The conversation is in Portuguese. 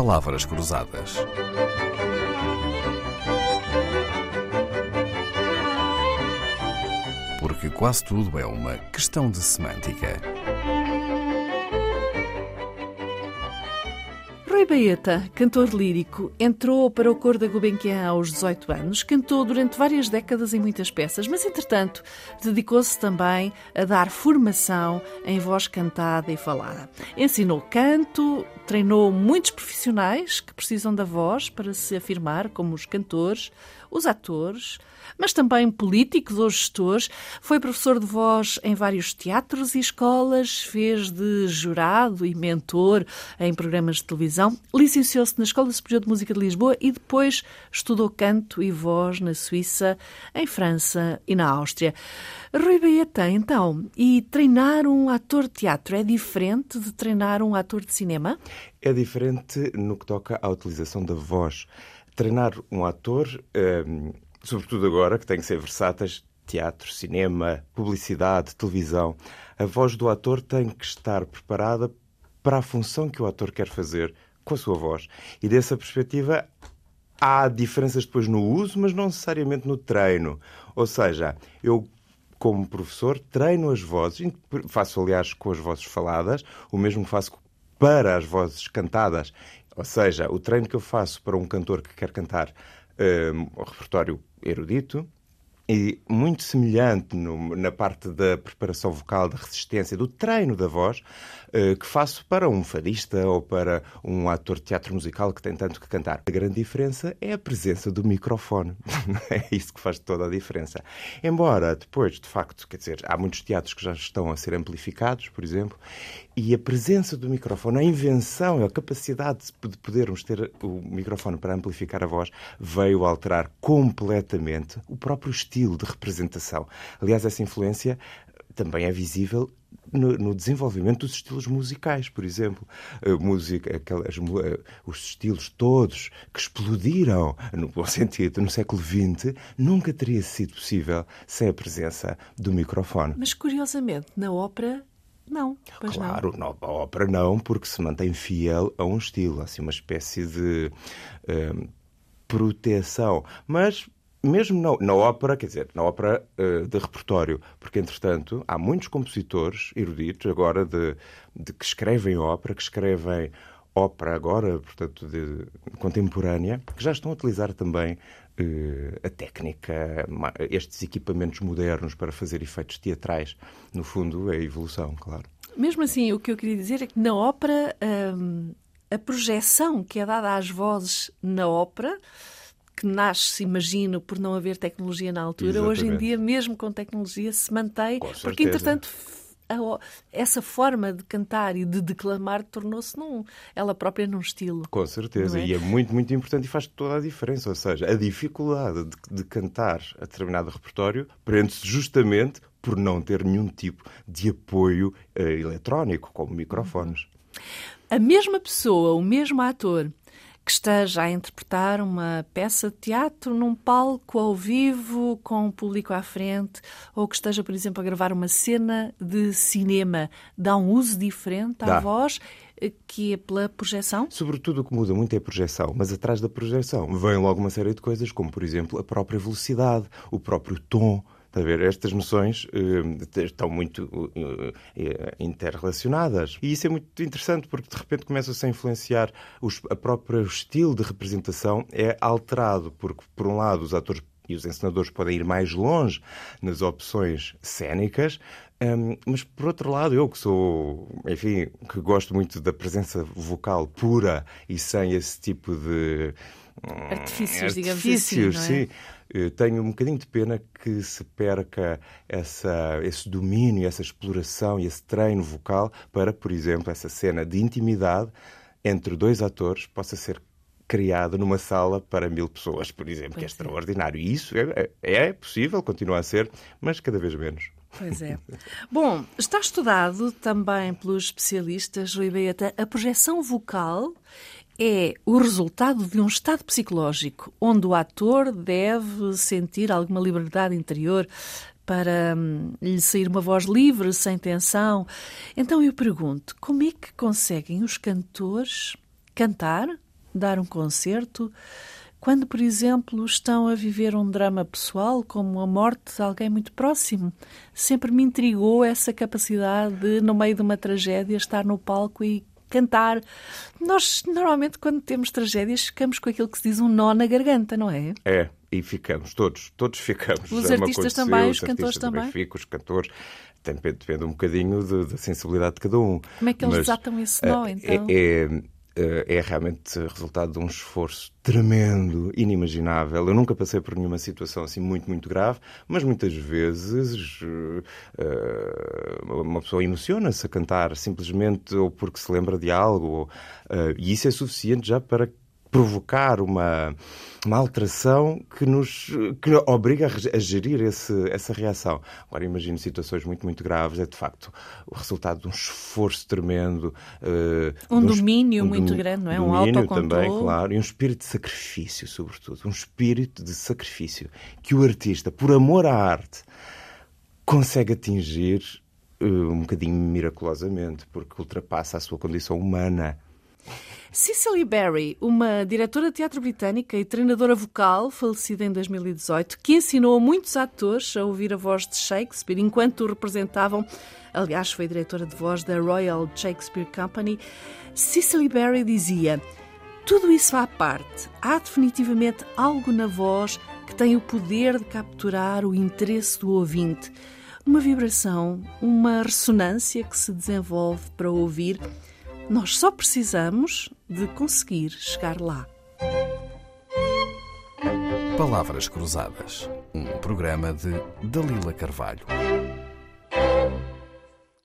palavras cruzadas. Porque quase tudo é uma questão de semântica. Rui Baeta, cantor lírico, entrou para o coro da Gulbenkian aos 18 anos, cantou durante várias décadas em muitas peças, mas, entretanto, dedicou-se também a dar formação em voz cantada e falada. Ensinou canto, treinou muitos profissionais que precisam da voz para se afirmar, como os cantores, os atores, mas também políticos ou gestores. Foi professor de voz em vários teatros e escolas, fez de jurado e mentor em programas de televisão, licenciou-se na Escola Superior de Música de Lisboa e depois estudou canto e voz na Suíça, em França e na Áustria. Rui Baeta, então, e treinar um ator de teatro é diferente de treinar um ator de cinema? É diferente no que toca à utilização da voz. Treinar um ator, sobretudo agora, que tem que ser versáteis, teatro, cinema, publicidade, televisão, a voz do ator tem que estar preparada para a função que o ator quer fazer com a sua voz. E dessa perspectiva há diferenças depois no uso, mas não necessariamente no treino. Ou seja, eu, como professor, treino as vozes, faço aliás com as vozes faladas, o mesmo que faço para as vozes cantadas. Ou seja, o treino que eu faço para um cantor que quer cantar o repertório erudito, e muito semelhante na parte da preparação vocal, da resistência, do treino da voz, que faço para um fadista ou para um ator de teatro musical que tem tanto que cantar. A grande diferença é a presença do microfone. É isso que faz toda a diferença. Embora depois, de facto, quer dizer, há muitos teatros que já estão a ser amplificados, por exemplo, e a presença do microfone, a invenção, a capacidade de podermos ter o microfone para amplificar a voz, veio alterar completamente o próprio estilo de representação. Aliás, essa influência também é visível no desenvolvimento dos estilos musicais, por exemplo. Os estilos todos que explodiram, no bom sentido, no século XX, nunca teria sido possível sem a presença do microfone. Mas, curiosamente, na ópera, não. Pois claro, não. Na ópera não, porque se mantém fiel a um estilo, assim, uma espécie de proteção. Mas mesmo na ópera, quer dizer, na ópera de repertório, porque, entretanto, há muitos compositores eruditos agora que escrevem ópera, que escrevem ópera agora, portanto, contemporânea, que já estão a utilizar também a técnica, estes equipamentos modernos para fazer efeitos teatrais. No fundo, é a evolução, claro. Mesmo assim, o que eu queria dizer é que na ópera, a projeção que é dada às vozes na ópera, que nasce, imagino, por não haver tecnologia na altura, Exatamente. Hoje em dia, mesmo com tecnologia, se mantém, porque, entretanto, essa forma de cantar e de declamar tornou-se ela própria num estilo. Com certeza, e é muito, muito importante e faz toda a diferença. Ou seja, a dificuldade de cantar a determinado repertório prende-se justamente por não ter nenhum tipo de apoio eletrónico, como microfones. A mesma pessoa, o mesmo ator, que esteja a interpretar uma peça de teatro num palco ao vivo, com o público à frente, ou que esteja, por exemplo, a gravar uma cena de cinema, dá um uso diferente à voz, que é pela projeção? Sobretudo o que muda muito é a projeção, mas atrás da projeção vem logo uma série de coisas, como, por exemplo, a própria velocidade, o próprio tom. Está a ver? Estas noções estão muito interrelacionadas. E isso é muito interessante porque, de repente, começa-se a influenciar o próprio estilo de representação é alterado, porque, por um lado, os atores e os encenadores podem ir mais longe nas opções cênicas, mas, por outro lado, eu que sou, enfim, que gosto muito da presença vocal pura e sem esse tipo de artifícios, digamos assim, não é? Sim. Tenho um bocadinho de pena que se perca esse domínio, essa exploração e esse treino vocal para, por exemplo, essa cena de intimidade entre dois atores possa ser criada numa sala para 1000 pessoas, por exemplo, que é extraordinário. E isso é possível, continua a ser, mas cada vez menos. Pois é. Bom, está estudado também pelos especialistas, Rui Baeta, a projeção vocal é o resultado de um estado psicológico onde o ator deve sentir alguma liberdade interior para lhe sair uma voz livre, sem tensão. Então eu pergunto, como é que conseguem os cantores cantar dar um concerto, quando, por exemplo, estão a viver um drama pessoal, como a morte de alguém muito próximo. Sempre me intrigou essa capacidade de, no meio de uma tragédia, estar no palco e cantar. Nós, normalmente, quando temos tragédias, ficamos com aquilo que se diz um nó na garganta, não é? É, e ficamos, todos ficamos. Os artistas também, os cantores também? Ficam, os cantores. Depende um bocadinho da sensibilidade de cada um. Como é que eles desatam esse nó, então? É realmente resultado de um esforço tremendo, inimaginável. Eu nunca passei por nenhuma situação assim muito grave, mas muitas vezes uma pessoa emociona-se a cantar simplesmente ou porque se lembra de algo, e isso é suficiente já para provocar uma alteração que nos obriga a gerir essa reação. Agora, imagino situações muito graves, é de facto o resultado de um esforço tremendo. Domínio muito grande, não é? Um autocontrole. Também, claro, e um espírito de sacrifício, sobretudo. Um espírito de sacrifício que o artista, por amor à arte, consegue atingir um bocadinho miraculosamente, porque ultrapassa a sua condição humana. Cicely Berry, uma diretora de teatro britânica e treinadora vocal, falecida em 2018, que ensinou a muitos atores a ouvir a voz de Shakespeare enquanto o representavam. Aliás, foi diretora de voz da Royal Shakespeare Company. Cicely Berry dizia: tudo isso à parte, há definitivamente algo na voz que tem o poder de capturar o interesse do ouvinte. Uma vibração, uma ressonância que se desenvolve para ouvir. Nós só precisamos de conseguir chegar lá. Palavras Cruzadas, um programa de Dalila Carvalho.